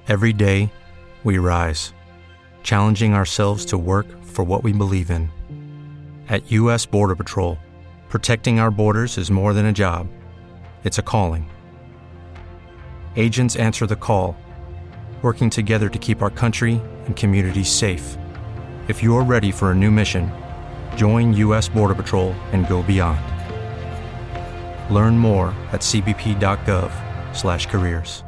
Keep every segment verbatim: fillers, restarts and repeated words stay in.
Every day, we rise, challenging ourselves to work for what we believe in. At U S Border Patrol, protecting our borders is more than a job. It's a calling. Agents answer the call, working together to keep our country and communities safe. If you're ready for a new mission, join U S Border Patrol and go beyond. Learn more at c b p dot gov slash careers.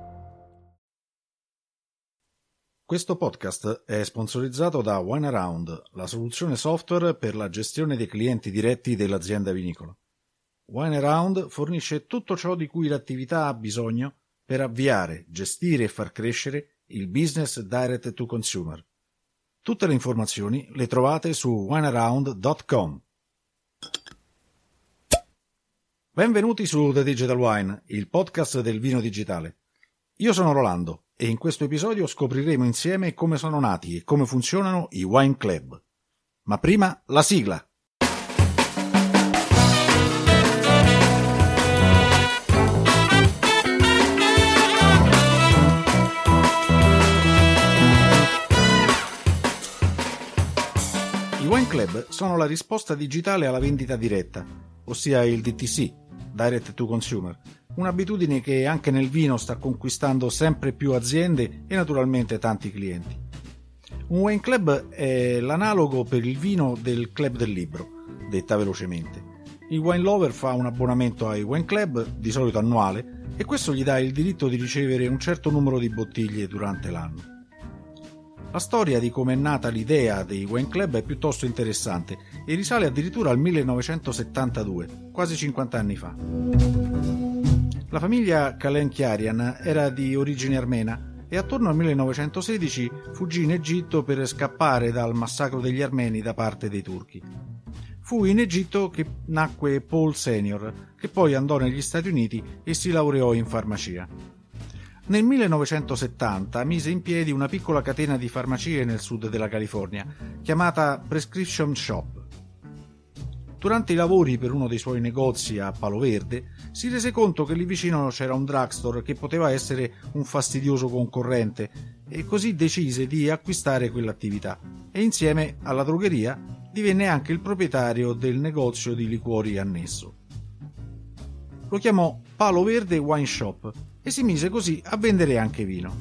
Questo podcast è sponsorizzato da WineAround, la soluzione software per la gestione dei clienti diretti dell'azienda vinicola. WineAround fornisce tutto ciò di cui l'attività ha bisogno per avviare, gestire e far crescere il business direct to consumer. Tutte le informazioni le trovate su wine around dot com. Benvenuti su The Digital Wine, il podcast del vino digitale. Io sono Rolando e in questo episodio scopriremo insieme come sono nati e come funzionano i wine club. Ma prima la sigla! I wine club sono la risposta digitale alla vendita diretta, ossia il D T C, Direct to Consumer, un'abitudine che anche nel vino sta conquistando sempre più aziende e naturalmente tanti clienti. Un wine club è l'analogo per il vino del club del libro, detta velocemente. Il wine lover fa un abbonamento ai wine club, di solito annuale, e questo gli dà il diritto di ricevere un certo numero di bottiglie durante l'anno. La storia di come è nata l'idea dei wine club è piuttosto interessante e risale addirittura al millenovecentosettantadue, quasi cinquanta anni fa. La famiglia Kelenkiarian era di origine armena e attorno al millenovecentosedici fuggì in Egitto per scappare dal massacro degli armeni da parte dei turchi. Fu in Egitto che nacque Paul Senior, che poi andò negli Stati Uniti e si laureò in farmacia. Nel millenovecentosettanta mise in piedi una piccola catena di farmacie nel sud della California, chiamata Prescription Shop. Durante i lavori per uno dei suoi negozi a Palo Verde, si rese conto che lì vicino c'era un drugstore che poteva essere un fastidioso concorrente e così decise di acquistare quell'attività e insieme alla drogheria divenne anche il proprietario del negozio di liquori annesso. Lo chiamò Palo Verde Wine Shop e si mise così a vendere anche vino.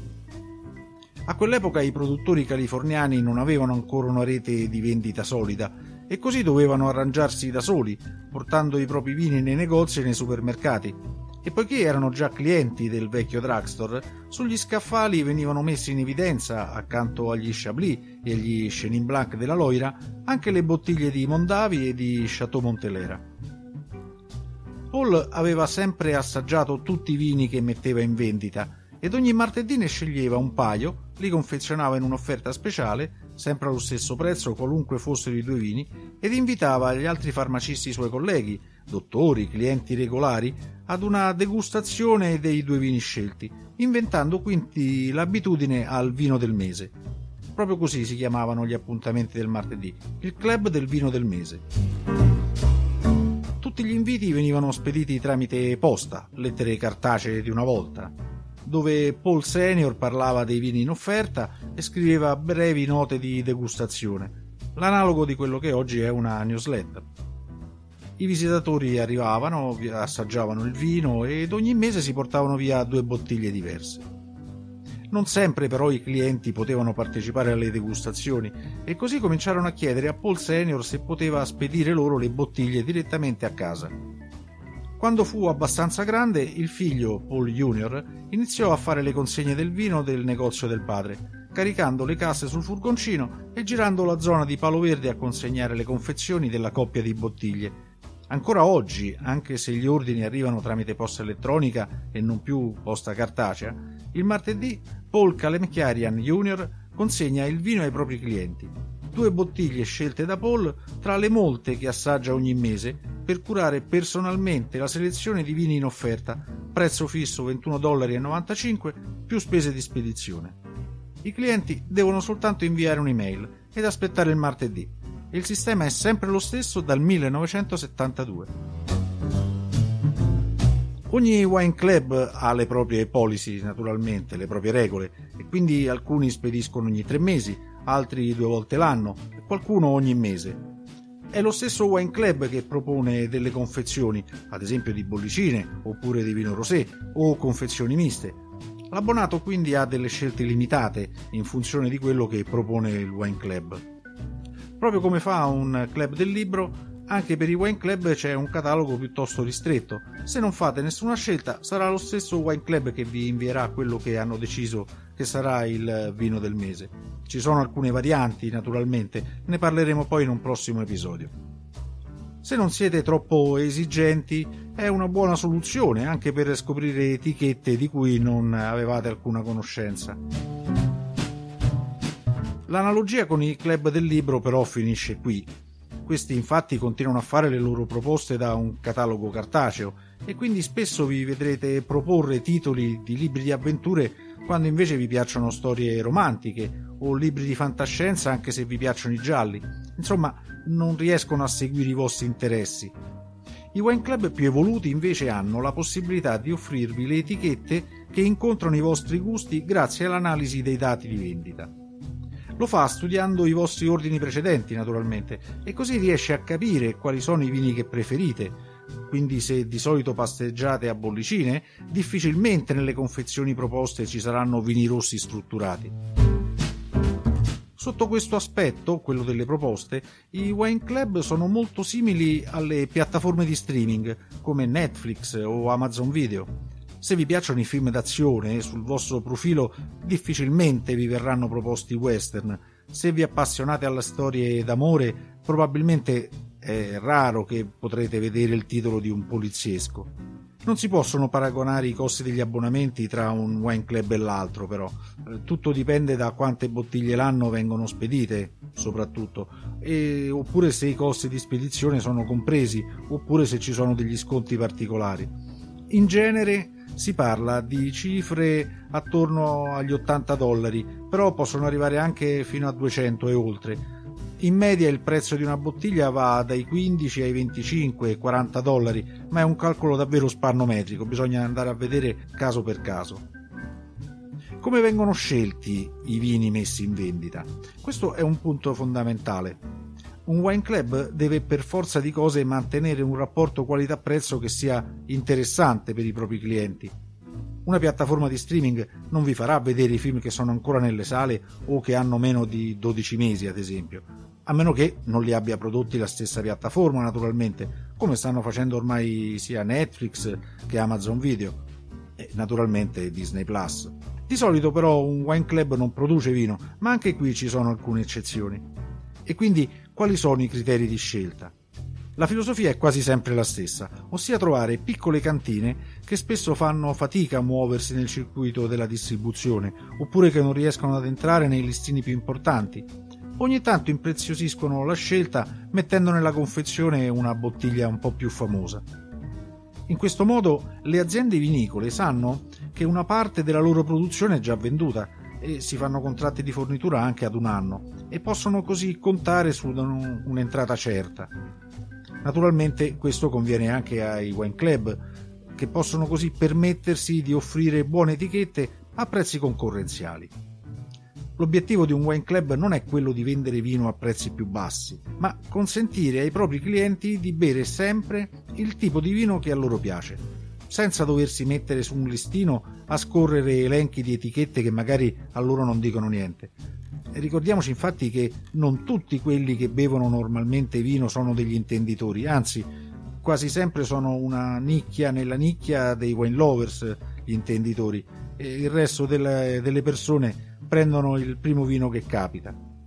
A quell'epoca i produttori californiani non avevano ancora una rete di vendita solida e così dovevano arrangiarsi da soli, portando i propri vini nei negozi e nei supermercati. E poiché erano già clienti del vecchio drugstore, sugli scaffali venivano messi in evidenza, accanto agli Chablis e agli Chenin Blanc della Loira, anche le bottiglie di Mondavi e di Chateau Montelera. Paul aveva sempre assaggiato tutti i vini che metteva in vendita ed ogni martedì ne sceglieva un paio, li confezionava in un'offerta speciale, sempre allo stesso prezzo qualunque fossero i due vini, ed invitava gli altri farmacisti suoi colleghi, dottori, clienti regolari, ad una degustazione dei due vini scelti, inventando quindi l'abitudine al vino del mese. Proprio così si chiamavano gli appuntamenti del martedì, il club del vino del mese. Tutti gli inviti venivano spediti tramite posta, lettere cartacee di una volta, dove Paul Senior parlava dei vini in offerta e scriveva brevi note di degustazione, l'analogo di quello che oggi è una newsletter. I visitatori arrivavano, assaggiavano il vino ed ogni mese si portavano via due bottiglie diverse. Non sempre però i clienti potevano partecipare alle degustazioni e così cominciarono a chiedere a Paul Senior se poteva spedire loro le bottiglie direttamente a casa. Quando fu abbastanza grande, il figlio, Paul Junior, iniziò a fare le consegne del vino del negozio del padre, caricando le casse sul furgoncino e girando la zona di Palo Verde a consegnare le confezioni della coppia di bottiglie. Ancora oggi, anche se gli ordini arrivano tramite posta elettronica e non più posta cartacea, il martedì Paul Kelenkiarian Junior consegna il vino ai propri clienti. Due bottiglie scelte da Paul tra le molte che assaggia ogni mese per curare personalmente la selezione di vini in offerta, prezzo fisso ventuno dollari e novantacinque più spese di spedizione. I clienti devono soltanto inviare un'email ed aspettare il martedì. Il sistema è sempre lo stesso dal millenovecentosettantadue. Ogni wine club ha le proprie policy, naturalmente, le proprie regole, e quindi alcuni spediscono ogni tre mesi, altri due volte l'anno e qualcuno ogni mese. È lo stesso wine club che propone delle confezioni, ad esempio di bollicine oppure di vino rosé o confezioni miste. L'abbonato quindi ha delle scelte limitate in funzione di quello che propone il wine club. Proprio come fa un club del libro, anche per i wine club c'è un catalogo piuttosto ristretto. Se non fate nessuna scelta, sarà lo stesso wine club che vi invierà quello che hanno deciso che sarà il vino del mese. Ci sono alcune varianti, naturalmente, ne parleremo poi in un prossimo episodio. Se non siete troppo esigenti, è una buona soluzione anche per scoprire etichette di cui non avevate alcuna conoscenza. L'analogia con i club del libro però finisce qui. Questi infatti continuano a fare le loro proposte da un catalogo cartaceo e quindi spesso vi vedrete proporre titoli di libri di avventure quando invece vi piacciono storie romantiche o libri di fantascienza anche se vi piacciono i gialli. Insomma, non riescono a seguire i vostri interessi. I wine club più evoluti invece hanno la possibilità di offrirvi le etichette che incontrano i vostri gusti grazie all'analisi dei dati di vendita. Lo fa studiando i vostri ordini precedenti, naturalmente, e così riesce a capire quali sono i vini che preferite. Quindi se di solito passeggiate a bollicine, difficilmente nelle confezioni proposte ci saranno vini rossi strutturati. Sotto questo aspetto, quello delle proposte, i wine club sono molto simili alle piattaforme di streaming come Netflix o Amazon Video. Se vi piacciono i film d'azione, sul vostro profilo difficilmente vi verranno proposti western. Se vi appassionate alle storie d'amore, probabilmente è raro che potrete vedere il titolo di un poliziesco. Non si possono paragonare i costi degli abbonamenti tra un wine club e l'altro, però. Tutto dipende da quante bottiglie l'anno vengono spedite, soprattutto, e, oppure se i costi di spedizione sono compresi, oppure se ci sono degli sconti particolari. In genere si parla di cifre attorno agli ottanta dollari, però possono arrivare anche fino a duecento e oltre. In media il prezzo di una bottiglia va dai quindici ai venticinque e quaranta dollari, ma è un calcolo davvero spannometrico, bisogna andare a vedere caso per caso. Come vengono scelti i vini messi in vendita? Questo è un punto fondamentale. Un wine club deve per forza di cose mantenere un rapporto qualità-prezzo che sia interessante per i propri clienti. Una piattaforma di streaming non vi farà vedere i film che sono ancora nelle sale o che hanno meno di dodici mesi, ad esempio, a meno che non li abbia prodotti la stessa piattaforma, naturalmente, come stanno facendo ormai sia Netflix che Amazon Video e naturalmente Disney Plus. Di solito però un wine club non produce vino, ma anche qui ci sono alcune eccezioni. E quindi quali sono i criteri di scelta? La filosofia è quasi sempre la stessa, ossia trovare piccole cantine che spesso fanno fatica a muoversi nel circuito della distribuzione, oppure che non riescono ad entrare nei listini più importanti. Ogni tanto impreziosiscono la scelta mettendo nella confezione una bottiglia un po' più famosa. In questo modo le aziende vinicole sanno che una parte della loro produzione è già venduta e si fanno contratti di fornitura anche ad un anno e possono così contare su un'entrata certa. Naturalmente questo conviene anche ai wine club, che possono così permettersi di offrire buone etichette a prezzi concorrenziali. L'obiettivo di un wine club non è quello di vendere vino a prezzi più bassi, ma consentire ai propri clienti di bere sempre il tipo di vino che a loro piace, senza doversi mettere su un listino a scorrere elenchi di etichette che magari a loro non dicono niente. Ricordiamoci infatti che non tutti quelli che bevono normalmente vino sono degli intenditori, anzi quasi sempre sono una nicchia nella nicchia dei wine lovers gli intenditori, e il resto delle, delle persone prendono il primo vino che capita.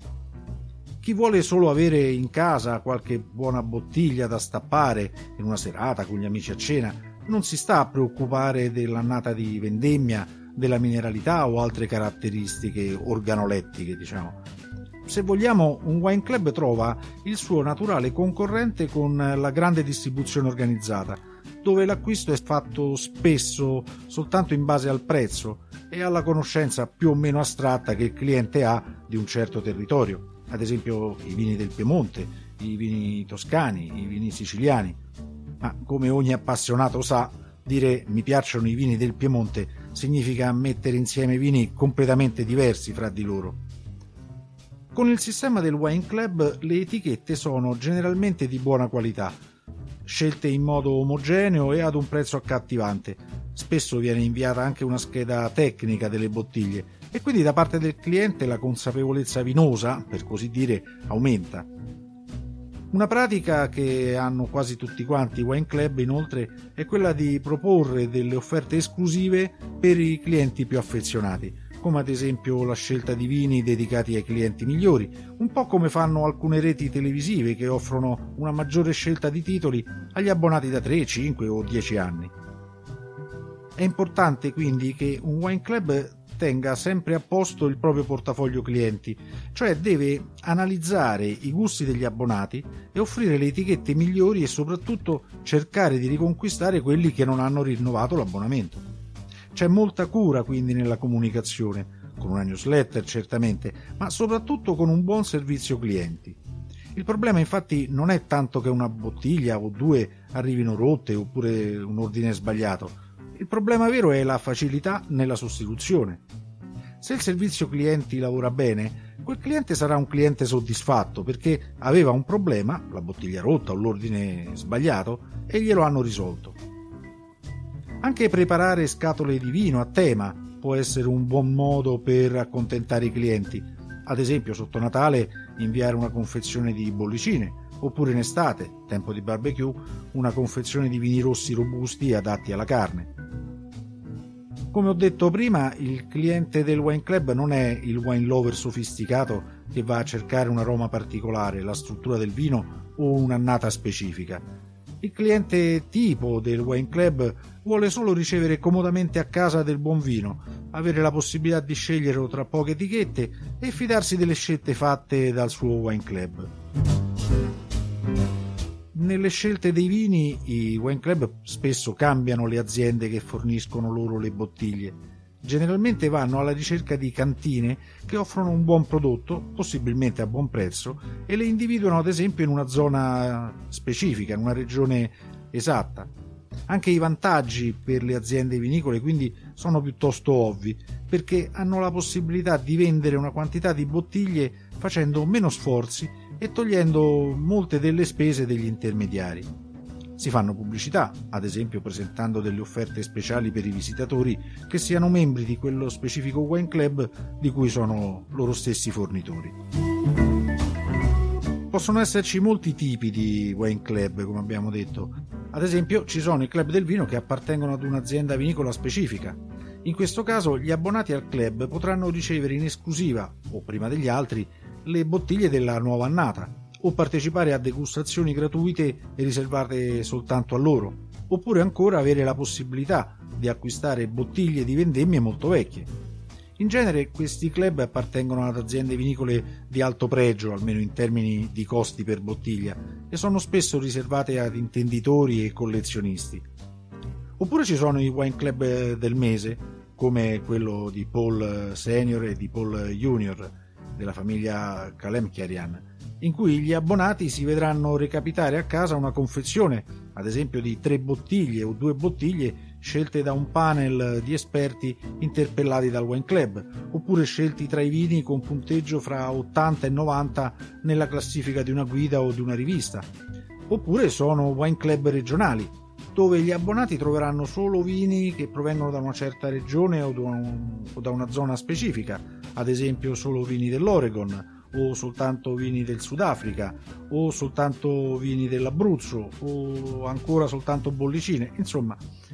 Chi vuole solo avere in casa qualche buona bottiglia da stappare in una serata con gli amici a cena non si sta a preoccupare dell'annata di vendemmia, della mineralità o altre caratteristiche organolettiche, diciamo. Se vogliamo, un wine club trova il suo naturale concorrente con la grande distribuzione organizzata, dove l'acquisto è fatto spesso soltanto in base al prezzo e alla conoscenza più o meno astratta che il cliente ha di un certo territorio, ad esempio i vini del Piemonte, i vini toscani, i vini siciliani. Ma come ogni appassionato sa, Dire mi piacciono i vini del Piemonte significa mettere insieme vini completamente diversi fra di loro. Con il sistema del Wine Club le etichette sono generalmente di buona qualità, scelte in modo omogeneo e ad un prezzo accattivante. Spesso viene inviata anche una scheda tecnica delle bottiglie e quindi da parte del cliente la consapevolezza vinosa, per così dire, aumenta. Una pratica che hanno quasi tutti quanti i wine club, inoltre, è quella di proporre delle offerte esclusive per i clienti più affezionati, come ad esempio la scelta di vini dedicati ai clienti migliori, un po' come fanno alcune reti televisive che offrono una maggiore scelta di titoli agli abbonati da tre, cinque o dieci anni. È importante quindi che un wine club tenga sempre a posto il proprio portafoglio clienti, cioè deve analizzare i gusti degli abbonati e offrire le etichette migliori e soprattutto cercare di riconquistare quelli che non hanno rinnovato l'abbonamento. C'è molta cura quindi nella comunicazione, con una newsletter certamente, ma soprattutto con un buon servizio clienti. Il problema infatti non è tanto che una bottiglia o due arrivino rotte oppure un ordine sbagliato. Il problema vero è la facilità nella sostituzione. Se il servizio clienti lavora bene, quel cliente sarà un cliente soddisfatto perché aveva un problema, la bottiglia rotta o l'ordine sbagliato, e glielo hanno risolto. Anche preparare scatole di vino a tema può essere un buon modo per accontentare i clienti. Ad esempio, sotto Natale inviare una confezione di bollicine, oppure in estate, tempo di barbecue, una confezione di vini rossi robusti adatti alla carne. Come ho detto prima, il cliente del wine club non è il wine lover sofisticato che va a cercare un aroma particolare, la struttura del vino o un'annata specifica. Il cliente tipo del wine club vuole solo ricevere comodamente a casa del buon vino, avere la possibilità di sceglierlo tra poche etichette e fidarsi delle scelte fatte dal suo wine club. Nelle scelte dei vini i wine club spesso cambiano le aziende che forniscono loro le bottiglie. Generalmente vanno alla ricerca di cantine che offrono un buon prodotto, possibilmente a buon prezzo, e le individuano ad esempio in una zona specifica, in una regione esatta. Anche i vantaggi per le aziende vinicole quindi sono piuttosto ovvi, perché hanno la possibilità di vendere una quantità di bottiglie facendo meno sforzi e togliendo molte delle spese degli intermediari. Si fanno pubblicità, ad esempio presentando delle offerte speciali per i visitatori che siano membri di quello specifico wine club di cui sono loro stessi fornitori. Possono esserci molti tipi di wine club, come abbiamo detto. Ad esempio, ci sono i club del vino che appartengono ad un'azienda vinicola specifica. In questo caso gli abbonati al club potranno ricevere in esclusiva, o prima degli altri, le bottiglie della nuova annata, o partecipare a degustazioni gratuite e riservate soltanto a loro, oppure ancora avere la possibilità di acquistare bottiglie di vendemmie molto vecchie. In genere questi club appartengono ad aziende vinicole di alto pregio, almeno in termini di costi per bottiglia, e sono spesso riservate ad intenditori e collezionisti. Oppure ci sono i wine club del mese, come quello di Paul Senior e di Paul Junior, della famiglia Kalemkerian, in cui gli abbonati si vedranno recapitare a casa una confezione, ad esempio di tre bottiglie o due bottiglie scelte da un panel di esperti interpellati dal wine club, oppure scelti tra i vini con punteggio fra ottanta e novanta nella classifica di una guida o di una rivista. Oppure sono wine club regionali, dove gli abbonati troveranno solo vini che provengono da una certa regione o da, un, o da una zona specifica, ad esempio solo vini dell'Oregon, o soltanto vini del Sudafrica, o soltanto vini dell'Abruzzo, o ancora soltanto bollicine. Insomma,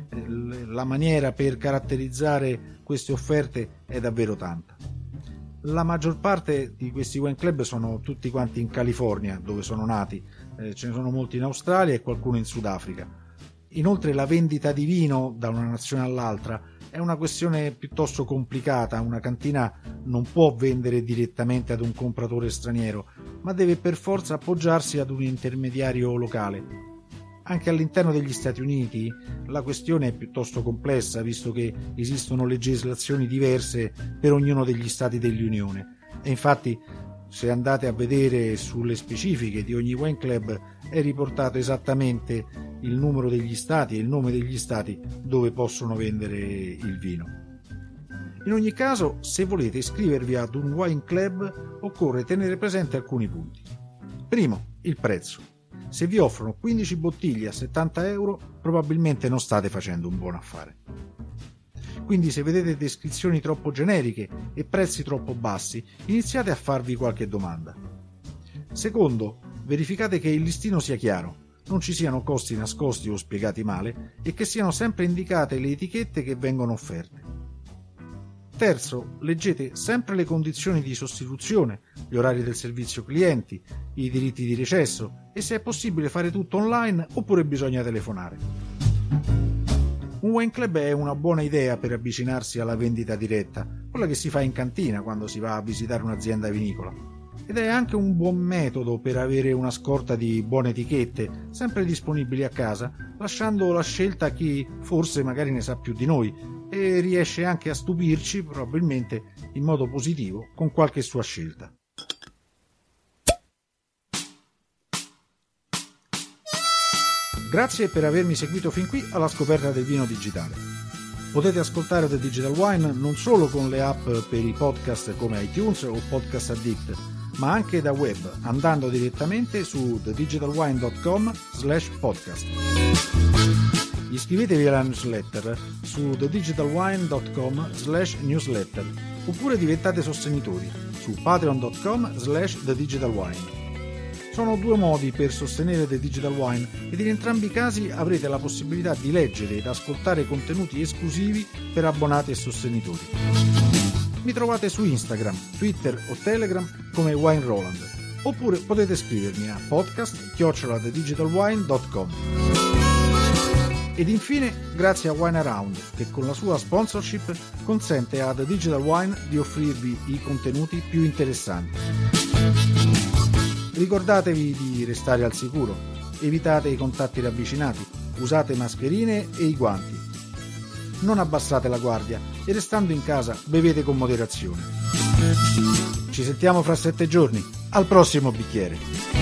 la maniera per caratterizzare queste offerte è davvero tanta. La maggior parte di questi wine club sono tutti quanti in California, dove sono nati, eh, ce ne sono molti in Australia e qualcuno in Sudafrica. Inoltre la vendita di vino da una nazione all'altra è una questione piuttosto complicata. Una cantina non può vendere direttamente ad un compratore straniero, ma deve per forza appoggiarsi ad un intermediario locale. Anche all'interno degli Stati Uniti la questione è piuttosto complessa, visto che esistono legislazioni diverse per ognuno degli stati dell'Unione. E infatti, se andate a vedere sulle specifiche di ogni wine club, è riportato esattamente il numero degli stati e il nome degli stati dove possono vendere il vino. In ogni caso, se volete iscrivervi ad un wine club, occorre tenere presente alcuni punti. Primo, il prezzo. Se vi offrono quindici bottiglie a settanta euro, probabilmente non state facendo un buon affare. Quindi se vedete descrizioni troppo generiche e prezzi troppo bassi, iniziate a farvi qualche domanda. Secondo, verificate che il listino sia chiaro, non ci siano costi nascosti o spiegati male e che siano sempre indicate le etichette che vengono offerte. Terzo, leggete sempre le condizioni di sostituzione, gli orari del servizio clienti, i diritti di recesso e se è possibile fare tutto online oppure bisogna telefonare. Un wine club è una buona idea per avvicinarsi alla vendita diretta, quella che si fa in cantina quando si va a visitare un'azienda vinicola. Ed è anche un buon metodo per avere una scorta di buone etichette, sempre disponibili a casa, lasciando la scelta a chi forse magari ne sa più di noi e riesce anche a stupirci, probabilmente in modo positivo, con qualche sua scelta. Grazie per avermi seguito fin qui alla scoperta del vino digitale. Potete ascoltare The Digital Wine non solo con le app per i podcast come iTunes o Podcast Addict, ma anche da web, andando direttamente su thedigitalwine dot com slash podcast. Iscrivetevi alla newsletter su thedigitalwine dot com slash newsletter oppure diventate sostenitori su patreon dot com slash thedigitalwine. Sono due modi per sostenere The Digital Wine ed in entrambi i casi avrete la possibilità di leggere ed ascoltare contenuti esclusivi per abbonati e sostenitori. Mi trovate su Instagram, Twitter o Telegram come Wine Roland, oppure potete scrivermi a podcast chiocciola thedigitalwine dot com. Ed infine grazie a Wine Around che con la sua sponsorship consente a The Digital Wine di offrirvi i contenuti più interessanti. Ricordatevi di restare al sicuro, evitate i contatti ravvicinati, usate mascherine e i guanti. Non abbassate la guardia e restando in casa bevete con moderazione. Ci sentiamo fra sette giorni, al prossimo bicchiere!